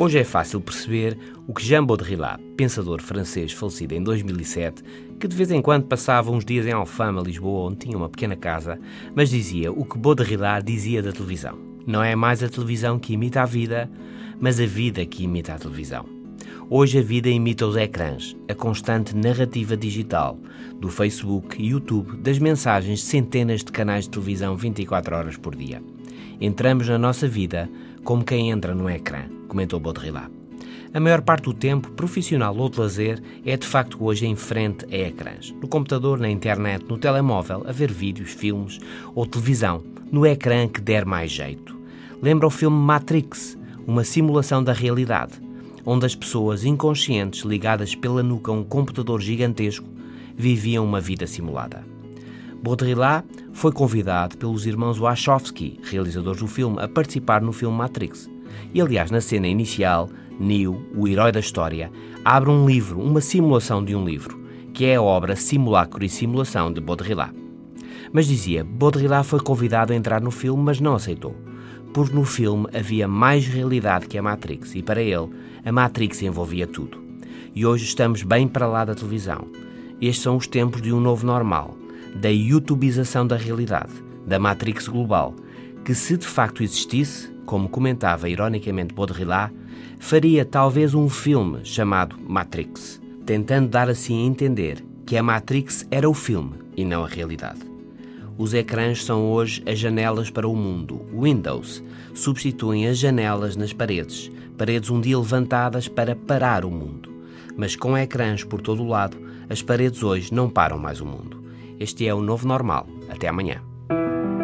Hoje é fácil perceber o que Jean Baudrillard, pensador francês falecido em 2007, que de vez em quando passava uns dias em Alfama, Lisboa, onde tinha uma pequena casa, mas dizia o que Baudrillard dizia da televisão. Não é mais a televisão que imita a vida, mas a vida que imita a televisão. Hoje a vida imita os ecrãs, a constante narrativa digital, do Facebook e YouTube, das mensagens de centenas de canais de televisão 24 horas por dia. Entramos na nossa vida como quem entra num ecrã, comentou Baudrillard. A maior parte do tempo, profissional ou de lazer, é de facto hoje em frente a ecrãs. No computador, na internet, no telemóvel, a ver vídeos, filmes ou televisão, no ecrã que der mais jeito. Lembra o filme Matrix, uma simulação da realidade, onde as pessoas inconscientes ligadas pela nuca a um computador gigantesco viviam uma vida simulada. Baudrillard foi convidado pelos irmãos Wachowski, realizadores do filme, a participar no filme Matrix. E, aliás, na cena inicial, Neo, o herói da história, abre um livro, uma simulação de um livro, que é a obra Simulacro e Simulação de Baudrillard. Mas dizia, Baudrillard foi convidado a entrar no filme, mas não aceitou, porque no filme havia mais realidade que a Matrix e, para ele, a Matrix envolvia tudo. E hoje estamos bem para lá da televisão. Estes são os tempos de um novo normal, da youtubização da realidade, da Matrix global, que se de facto existisse, como comentava ironicamente Baudrillard, faria talvez um filme chamado Matrix, tentando dar assim a entender que a Matrix era o filme e não a realidade. Os ecrãs são hoje as janelas para o mundo. Windows substituem as janelas nas paredes, paredes um dia levantadas para parar o mundo. Mas com ecrãs por todo o lado, as paredes hoje não param mais o mundo. Este é o novo normal. Até amanhã.